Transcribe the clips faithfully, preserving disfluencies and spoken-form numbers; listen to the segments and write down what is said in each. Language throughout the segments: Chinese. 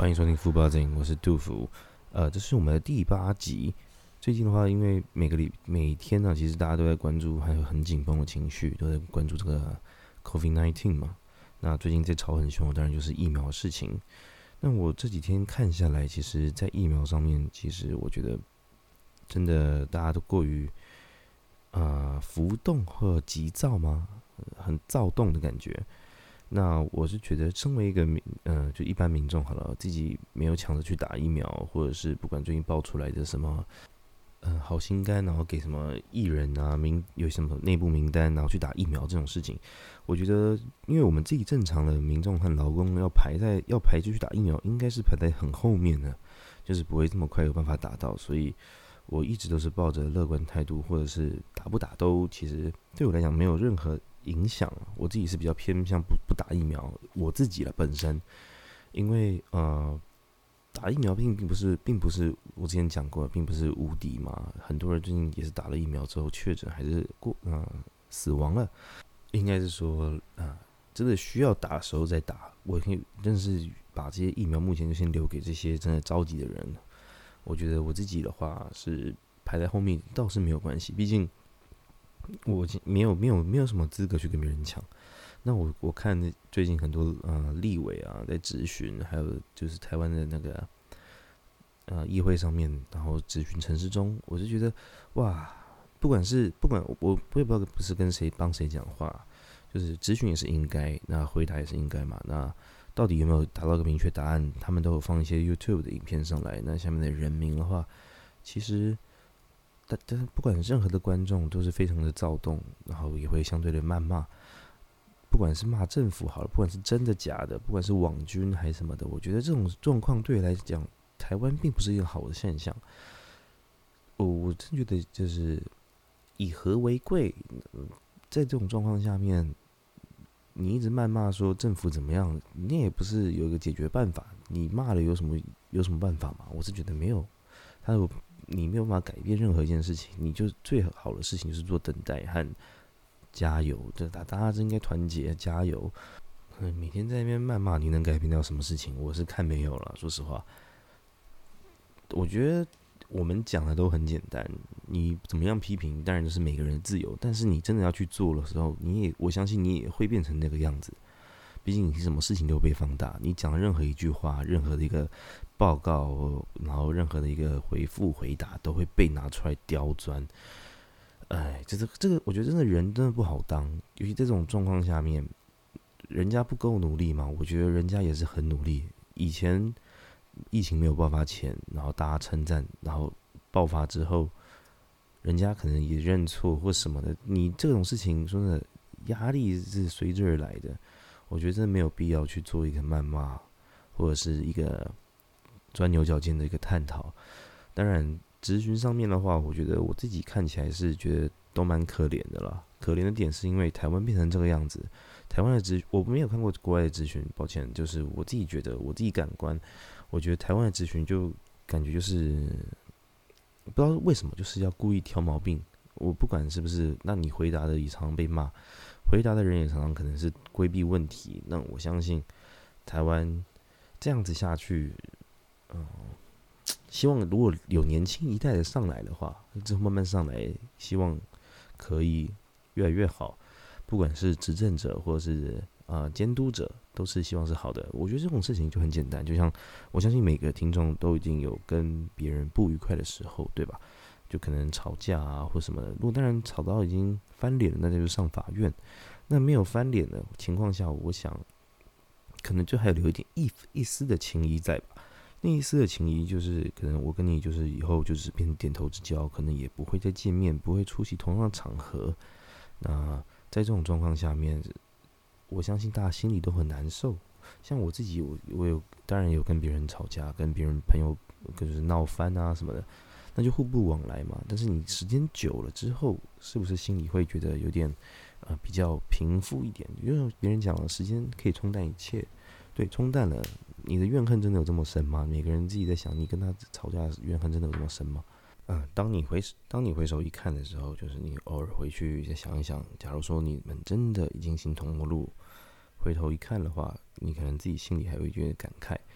欢迎收听富报警，我是杜甫。呃，这是我们的第八集。最近的话，因为每个礼每天呢，其实大家都在关注，还有很紧绷的情绪，都在关注这个 COVID 十九 嘛。那最近在吵很凶，当然就是疫苗的事情。那我这几天看下来，其实，在疫苗上面，其实我觉得真的大家都过于呃浮动或急躁吗？很躁动的感觉。那我是觉得，身为一个民呃，就一般民众好了，自己没有抢着去打疫苗，或者是不管最近爆出来的什么，呃，好心肝，然后给什么艺人啊名有什么内部名单，然后去打疫苗这种事情，我觉得，因为我们自己正常的民众和劳工要排在要排就去打疫苗，应该是排在很后面的，就是不会这么快有办法打到，所以我一直都是抱着乐观态度，或者是打不打都其实对我来讲没有任何影响。我自己是比较偏向不不打疫苗，我自己了本身，因为呃打疫苗并并不是并不是我之前讲过，并不是无敌嘛。很多人最近也是打了疫苗之后确诊，还是过呃死亡了。应该是说啊、呃，真的需要打的时候再打。我可以，但是把这些疫苗目前就先留给这些真的着急的人。我觉得我自己的话是排在后面，倒是没有关系，毕竟我没有没有没有什么资格去跟别人抢。那我我看最近很多呃立委啊在质询，还有就是台湾的那个呃议会上面，然后质询陈时中，我就觉得哇，不管是不管我我也不知道不是跟谁帮谁讲话，就是质询也是应该，那回答也是应该嘛。那到底有没有达到一个明确答案？他们都有放一些 YouTube 的影片上来。那下面的人民的话，其实但但不管任何的观众都是非常的躁动，然后也会相对的谩骂。不管是骂政府好了，不管是真的假的，不管是网军还是什么的，我觉得这种状况对来讲，台湾并不是一个好的现象。我我真觉得就是以和为贵，在这种状况下面，你一直谩骂说政府怎么样，你也不是有一个解决办法。你骂了有什么有什么办法吗？我是觉得没有，他有你没有办法改变任何一件事情，你就最好的事情就是做等待和加油，这大大家应该团结加油。嗯，每天在那边谩骂，你能改变到什么事情？我是看没有了。说实话，我觉得我们讲的都很简单，你怎么样批评，当然就是每个人的自由。但是你真的要去做的时候，你也我相信你也会变成那个样子。毕竟你什么事情都被放大，你讲的任何一句话，任何的一个报告，然后任何的一个回复回答，都会被拿出来刁钻。哎，这个这个，我觉得真的人真的不好当，尤其在这种状况下面，人家不够努力嘛？我觉得人家也是很努力。以前疫情没有爆发前，然后大家称赞，然后爆发之后，人家可能也认错或什么的。你这种事情，说真的，压力是随之而来的。我觉得真的没有必要去做一个谩骂，或者是一个钻牛角尖的一个探讨。当然，质询上面的话，我觉得我自己看起来是觉得都蛮可怜的啦。可怜的点是因为台湾变成这个样子，台湾的质我没有看过国外的质询，抱歉，就是我自己觉得我自己感官，我觉得台湾的质询就感觉就是不知道为什么就是要故意挑毛病。我不管是不是，那你回答的也常常被骂，回答的人也常常可能是规避问题。那我相信台湾这样子下去，嗯。希望如果有年轻一代的上来的话，之后慢慢上来，希望可以越来越好。不管是执政者或者是呃监督者，都是希望是好的。我觉得这种事情就很简单，就像我相信每个听众都已经有跟别人不愉快的时候，对吧？就可能吵架啊或什么的。如果当然吵到已经翻脸了，那就上法院。那没有翻脸的情况下，我想可能就还有留一点一一丝的情谊在吧。那一丝的情谊就是，可能我跟你就是以后就是变成点头之交，可能也不会再见面，不会出席同样的场合。那在这种状况下面，我相信大家心里都很难受。像我自己，我我有当然有跟别人吵架，跟别人朋友就是闹翻啊什么的，那就互不往来嘛。但是你时间久了之后，是不是心里会觉得有点呃比较平复一点？因为别人讲了，时间可以冲淡一切。对，冲淡了，你的怨恨真的有这么深吗？每个人自己在想，你跟他吵架的怨恨真的有这么深吗？嗯，当你回当你回首一看的时候，就是你偶尔回去再想一想，假如说你们真的已经形同陌路，回头一看的话，你可能自己心里还有一些感慨。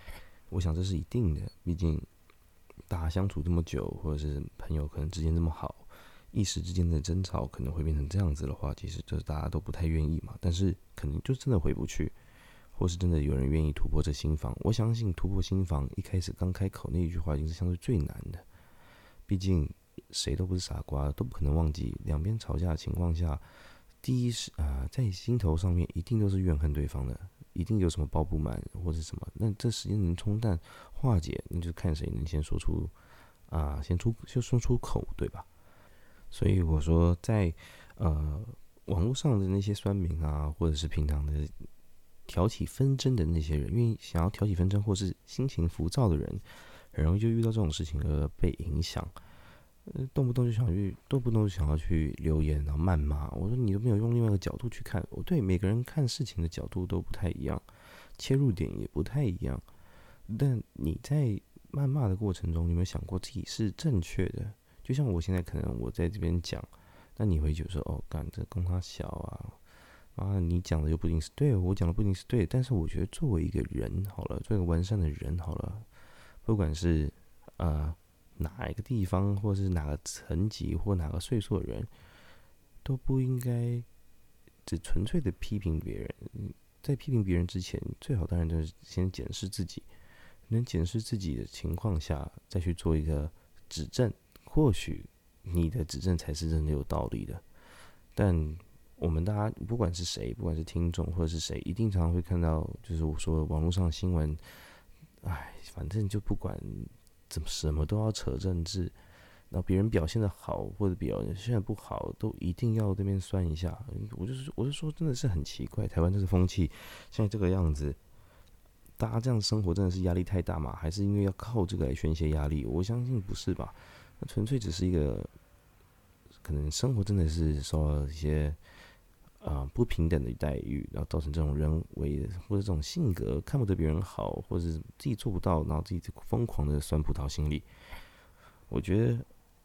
我想这是一定的，毕竟大家相处这么久，或者是朋友可能之间这么好，一时之间的争吵可能会变成这样子的话，其实就是大家都不太愿意嘛。但是可能就真的回不去，或是真的有人愿意突破这心防。我相信突破心防一开始刚开口那一句话，已经是相对最难的。毕竟谁都不是傻瓜，都不可能忘记两边吵架的情况下，第一是啊、呃，在心头上面一定都是怨恨对方的，一定有什么抱不满或者什么。那这时间能冲淡化解，那就看谁能先说出啊、呃，先出就说出口，对吧？所以我说在，呃网络上的那些酸民啊，或者是平常的挑起纷争的那些人，愿意想要挑起纷争或是心情浮躁的人，很容易就遇到这种事情而被影响。呃，动不动就想去，动不动就想要去留言，然后谩骂。我说你都没有用另外一个角度去看。我对每个人看事情的角度都不太一样，切入点也不太一样。但你在谩骂的过程中，你有没有想过自己是正确的？就像我现在可能我在这边讲，那你会觉得说，哦，干这供他小啊，啊，你讲的又不一定是对，我讲的不一定是对。但是我觉得作为一个人好了，作为一个完善的人好了，不管是呃。哪一个地方，或是哪个层级或哪个岁数的人，都不应该只纯粹的批评别人。在批评别人之前，最好当然就是先检视自己。能检视自己的情况下，再去做一个指正，或许你的指正才是真的有道理的。但我们大家不管是谁，不管是听众或者是谁，一定常常会看到，就是我说网络上的新闻，哎，反正就不管。怎么什么都要扯政治，然后别人表现的好或者表现的不好，都一定要这边酸一下。我就是我就说，真的是很奇怪，台湾这个风气现在这个样子，大家这样生活真的是压力太大吗？还是因为要靠这个来宣泄压力？我相信不是吧？那纯粹只是一个可能生活真的是受到一些啊、呃、不平等的待遇，然后造成这种人为或者这种性格看不得别人好，或者是自己做不到，然后自己疯狂的酸葡萄心理。我觉得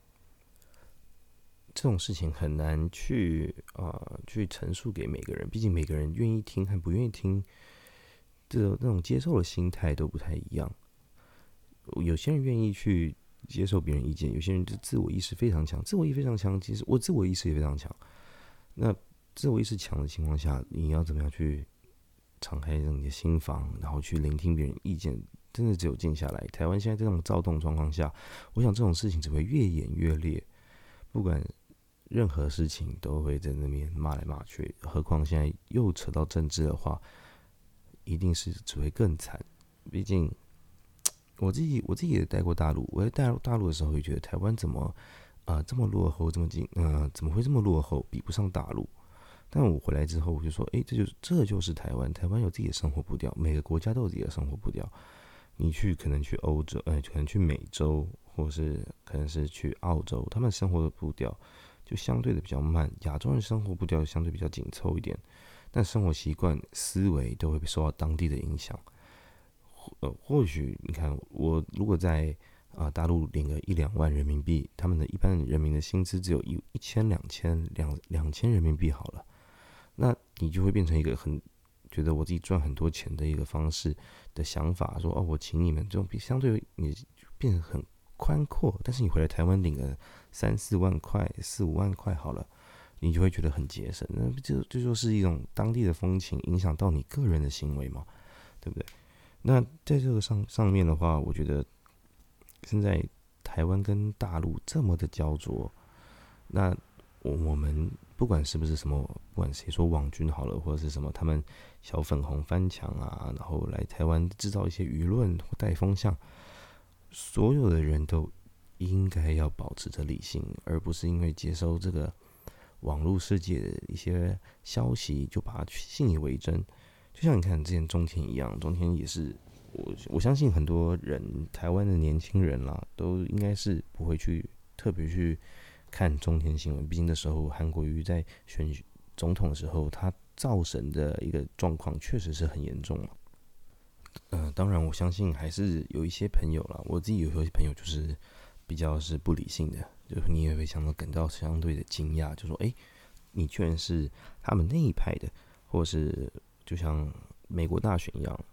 这种事情很难去啊、呃、去陈述给每个人，毕竟每个人愿意听和不愿意听，这种那种接受的心态都不太一样。有些人愿意去接受别人意见，有些人就自我意识非常强，自我意识非常强。其实我自我意识也非常强，那。自我意识强的情况下，你要怎么样去敞开你的心房，然后去聆听别人意见？真的只有静下来。台湾现在这种躁动状况下，我想这种事情只会越演越烈。不管任何事情都会在那边骂来骂去，何况现在又扯到政治的话，一定是只会更惨。毕竟我自己我自己也待过大陆，我在大陆大陆的时候也觉得台湾怎么啊、呃、这么落后，这么近，呃怎么会这么落后，比不上大陆。但我回来之后，我就说，哎、欸，这就是这就是台湾，台湾有自己的生活步调，每个国家都有自己的生活步调。你去可能去欧洲，呃，可能去美洲，或是可能是去澳洲，他们生活的步调就相对的比较慢。亚洲人生活步调相对比较紧凑一点，但生活习惯、思维都会受到当地的影响。呃，或许你看，我如果在啊、呃、大陆领个一两万人民币，他们的一般人民的薪资只有一一千、两千、两两千人民币好了。那你就会变成一个很觉得我自己赚很多钱的一个方式的想法，说哦，我请你们，这种比相对你变得很宽阔。但是你回来台湾领个三四万块、四五万块好了，你就会觉得很节省。那这这就是一种当地的风情影响到你个人的行为嘛，对不对？那在这个上上面的话，我觉得现在台湾跟大陆这么的焦灼，那我我们。不管是不是什么，不管谁说网军好了，或者是什么，他们小粉红翻墙啊，然后来台湾制造一些舆论或带风向，所有的人都应该要保持着理性，而不是因为接收这个网络世界的一些消息就把它信以为真。就像你看之前中天一样，中天也是我我相信很多人台湾的年轻人啦，都应该是不会去特别去。看中天新闻，毕竟那时候韩国瑜在选总统的时候，他造成的一个状况确实是很严重了。呃，当然我相信还是有一些朋友啦，我自己有一些朋友就是比较是不理性的，就是你也会相当感到相对的惊讶，就说哎、欸，你居然是他们那一派的，或者是就像美国大选一样，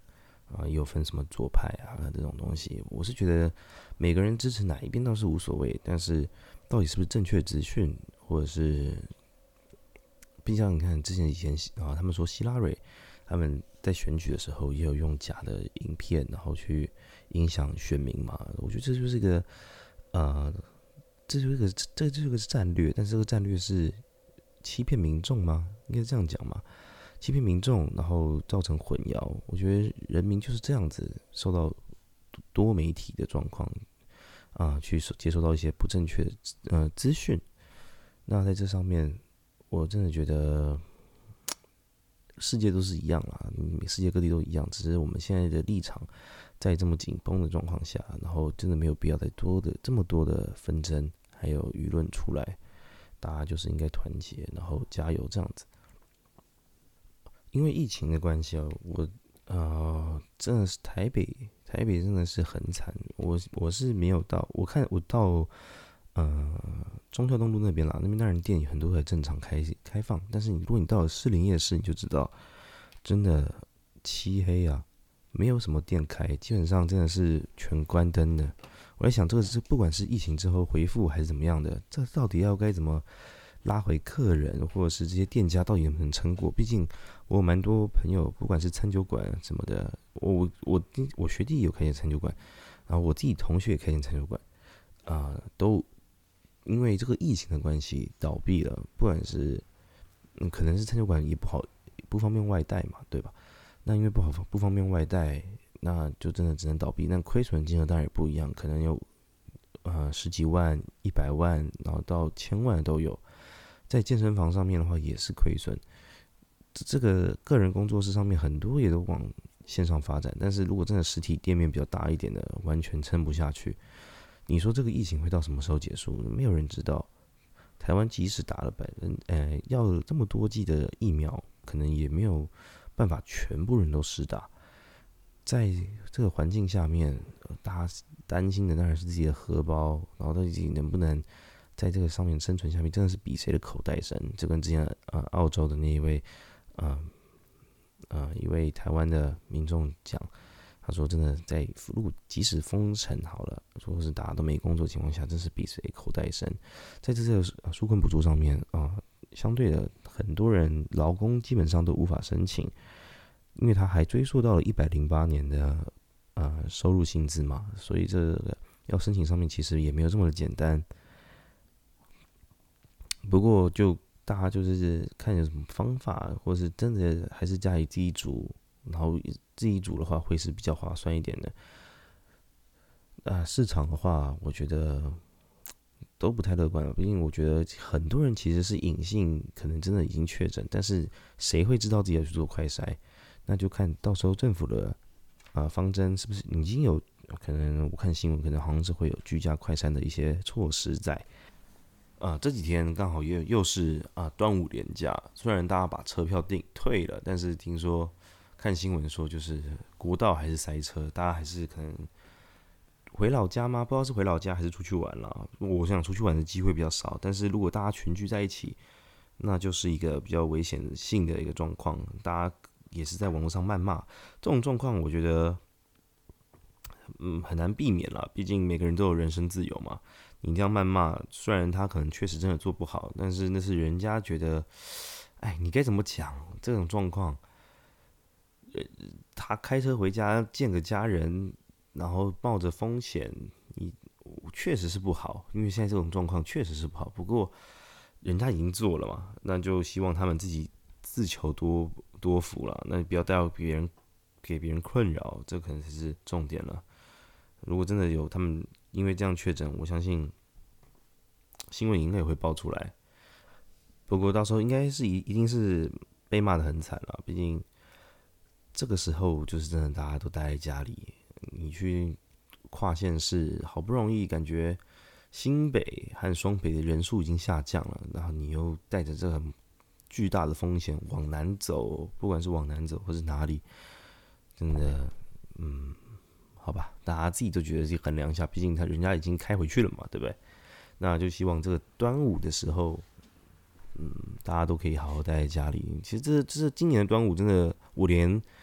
啊，也有分什么左派啊这种东西。我是觉得每个人支持哪一边倒是无所谓，但是到底是不是正确资讯，或者是，毕竟你看之前以前啊，他们说希拉蕊他们在选举的时候也有用假的影片，然后去影响选民嘛。我觉得这就是一个呃，这就是一个这就是个战略，但是这个战略是欺骗民众吗？应该这样讲嘛？欺骗民众，然后造成混淆。我觉得人民就是这样子受到多媒体的状况啊，去接收到一些不正确的呃资讯。那在这上面，我真的觉得世界都是一样啦，世界各地都一样，只是我们现在的立场在这么紧绷的状况下，然后真的没有必要再多的这么多的纷争，还有舆论出来，大家就是应该团结，然后加油这样子。因为疫情的关系啊，我呃真的是台北，台北真的是很惨。我我是没有到，我看我到呃忠孝东路那边啦，那边当然店很多还正常开开放，但是你如果你到了士林夜市，你就知道真的漆黑啊，没有什么店开，基本上真的是全关灯的。我在想，这个是不管是疫情之后回复还是怎么样的，这到底要该怎么拉回客人，或者是这些店家到底能不能撑过？毕竟我有蛮多朋友，不管是餐酒馆什么的，我我我学弟有开间餐酒馆，然后我自己同学也开间餐酒馆，啊、呃，都因为这个疫情的关系倒闭了。不管是嗯，可能是餐酒馆也不好，不方便外带嘛，对吧？那因为不好不方便外带，那就真的只能倒闭。那亏损金额当然也不一样，可能有呃十几万、一百万，然后到千万都有。在健身房上面的话也是亏损，这个个人工作室上面很多也都往线上发展，但是如果真的实体店面比较大一点的，完全撑不下去。你说这个疫情会到什么时候结束？没有人知道。台湾即使打了百分，呃，要这么多剂的疫苗，可能也没有办法全部人都施打。在这个环境下面，大家担心的当然是自己的荷包，然后自己能不能在这个上面生存下面，真的是比谁的口袋深。就跟之前呃澳洲的那一位呃呃一位台湾的民众讲，他说真的在如果即使封城好了，说是大家都没工作的情况下，真是比谁口袋深。在这个纾困补助上面啊、呃，相对的很多人劳工基本上都无法申请，因为他还追溯到了一百零八年的呃收入薪资嘛，所以这个要申请上面其实也没有这么的简单。不过就大家就是看有什么方法，或是真的还是家里自己煮，然后自己煮的话会是比较划算一点的。啊、呃，市场的话，我觉得都不太乐观了。毕竟我觉得很多人其实是隐性，可能真的已经确诊，但是谁会知道自己要去做快筛？那就看到时候政府的啊、呃、方针是不是已经有可能？我看新闻可能好像是会有居家快筛的一些措施在。啊、呃，这几天刚好又又是啊、呃、端午连假，虽然大家把车票订退了，但是听说看新闻说就是国道还是塞车，大家还是可能回老家吗？不知道是回老家还是出去玩啦。我想出去玩的机会比较少，但是如果大家群聚在一起，那就是一个比较危险性的一个状况。大家也是在网络上谩骂，这种状况我觉得嗯很难避免啦，毕竟每个人都有人身自由嘛。你这样谩骂，虽然他可能确实真的做不好，但是那是人家觉得，哎，你该怎么讲？这种状况，呃，他开车回家见个家人，然后冒着风险，你确实是不好，因为现在这种状况确实是不好。不过人家已经做了嘛，那就希望他们自己自求多多福了，那不要带到别人给别人困扰，这可能才是重点了。如果真的有他们因为这样确诊，我相信新闻应该也会爆出来。不过到时候应该是一一定是被骂得很惨了，毕竟这个时候就是真的大家都待在家里，你去跨县市，好不容易感觉新北和双北的人数已经下降了，然后你又带着这个巨大的风险往南走，不管是往南走或是哪里，真的，嗯。好吧，大家自己都觉得自己衡量一下，毕竟他人家已经开回去了嘛，对不对？那就希望这个端午的时候，嗯，大家都可以好好待在家里。其实这这今年的端午真的，我连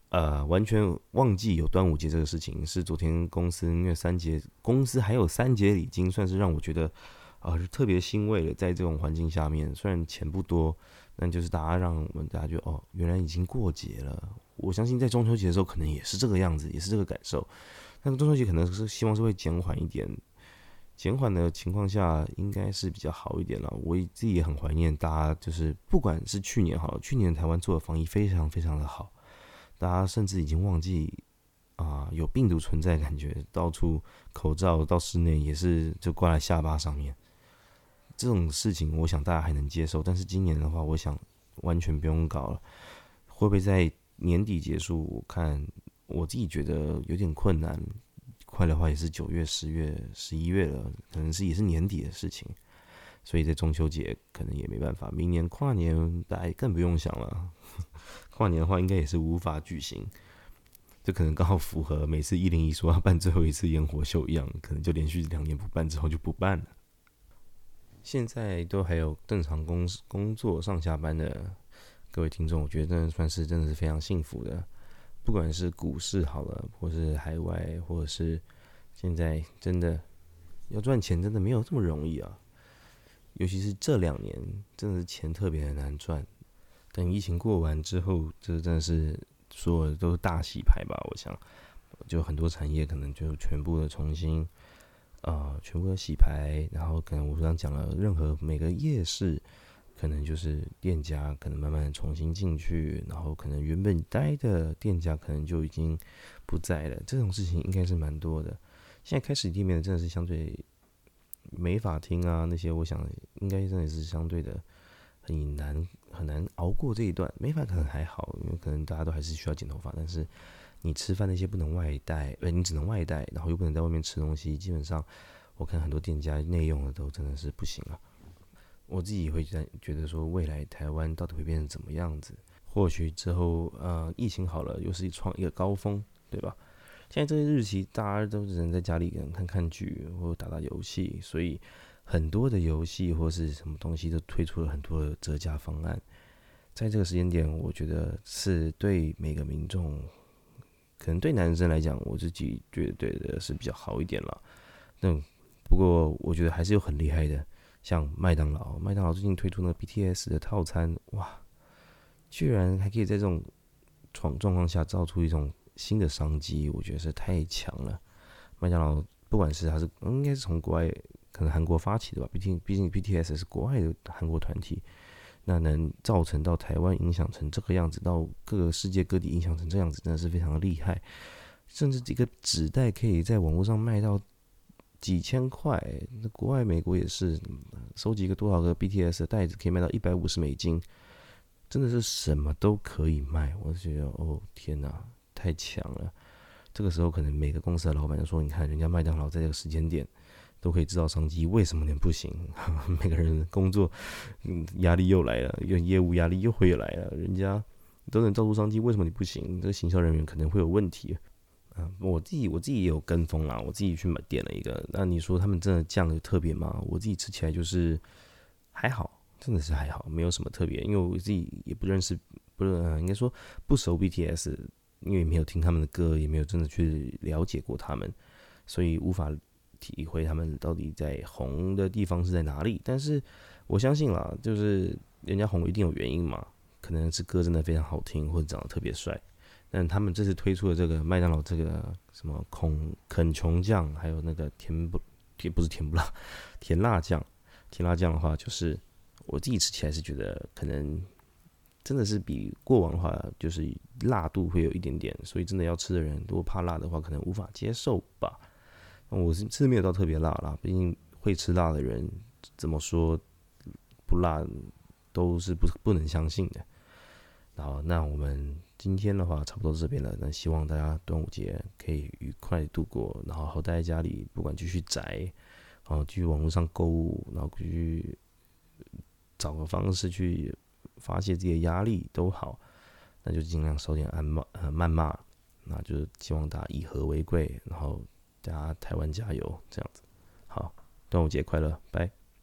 呃，完全忘记有端午节这个事情，是昨天公司因为三节，公司还有三节礼金，算是让我觉得啊、呃、特别欣慰的。在这种环境下面，虽然钱不多，但就是大家让我们大家觉得哦，原来已经过节了。我相信在中秋节的时候，可能也是这个样子，也是这个感受。但中秋节可能是希望是会减缓一点，减缓的情况下，应该是比较好一点了。我自己也很怀念大家，就是不管是去年好了，去年台湾做的防疫非常非常的好。大家甚至已经忘记啊、呃、有病毒存在，感觉到处口罩到室内也是就挂在下巴上面，这种事情我想大家还能接受。但是今年的话，我想完全不用搞了。会不会在年底结束？我看我自己觉得有点困难。快的话也是九月、十月、十一月了，可能是也是年底的事情。所以在中秋节可能也没办法，明年跨年大家更不用想了。跨年的话，应该也是无法举行，这可能刚好符合每次一零一说要办最后一次烟火秀一样，可能就连续两年不办之后就不办了。现在都还有正常工工作上下班的各位听众，我觉得真的算是真的是非常幸福的。不管是股市好了，或是海外，或者是现在真的要赚钱，真的没有这么容易啊。尤其是这两年，真的是钱特别的难赚。等疫情过完之后，这真的是所有的都是大洗牌吧？我想，就很多产业可能就全部的重新，呃，全部的洗牌，然后可能我刚刚讲了，任何每个夜市，可能就是店家可能慢慢的重新进去，然后可能原本待的店家可能就已经不在了。这种事情应该是蛮多的。现在开实体店面的真的是相对美发厅啊那些，我想应该真的是相对的很难很难熬过这一段。美发可能还好，因为可能大家都还是需要剪头发，但是你吃饭那些不能外带，呃，你只能外带，然后又不能在外面吃东西，基本上我看很多店家内用的都真的是不行了。我自己会觉得说，未来台湾到底会变成怎么样子？或许之后呃疫情好了，又是创一个高峰，对吧？现在这个日期，大家都只能在家里看看剧或打打游戏，所以很多的游戏或是什么东西都推出了很多的折价方案。在这个时间点，我觉得是对每个民众，可能对男生来讲，我自己觉得对的是比较好一点了。那不过我觉得还是有很厉害的，像麦当劳，麦当劳最近推出那个 B T S 的套餐，哇，居然还可以在这种状状况下造出一种新的商机，我觉得是太强了。麦当劳不管是它是应该是从国外可能韩国发起的吧，毕竟毕竟 B T S 是国外的韩国团体，那能造成到台湾影响成这个样子，到各个世界各地影响成这样子，真的是非常的厉害。甚至这个纸袋可以在网络上卖到几千块，那国外美国也是，收集个多少个 B T S 的袋子可以卖到一百五十美金，真的是什么都可以卖。我就觉得哦天哪，太强了！这个时候可能每个公司的老板就说：“你看人家麦当劳在这个时间点都可以制造商机，为什么你不行？”每个人工作压力又来了，业务压力又会来了，人家都能造出商机，为什么你不行？这个行销人员可能会有问题。啊、我自己我自己也有跟风啦，我自己去买点了一个。那你说他们真的酱有特别吗？我自己吃起来就是还好，真的是还好，没有什么特别。因为我自己也不认识，不是、呃、应该说不熟 B T S， 因为没有听他们的歌，也没有真的去了解过他们，所以无法体会他们到底在红的地方是在哪里。但是我相信啦，就是人家红一定有原因嘛，可能是歌真的非常好听，或者长得特别帅。但他们这次推出的这个麦当劳这个什么孔肯琼酱，还有那个甜不甜不是甜不辣甜辣酱，甜辣酱的话，就是我自己吃起来是觉得可能真的是比过往的话，就是辣度会有一点点，所以真的要吃的人，如果怕辣的话，可能无法接受吧。我是吃没有到特别辣啦，毕竟会吃辣的人怎么说不辣都是不不能相信的。好，那我们今天的话差不多到这边了。那希望大家端午节可以愉快度过，然后好待在家里，不管继续宅，然后继续网络上购物，然后继续找个方式去发泄自己的压力都好，那就尽量少点暗骂呃谩骂，那就希望大家以和为贵，然后大家台湾加油这样子。好，端午节快乐，拜。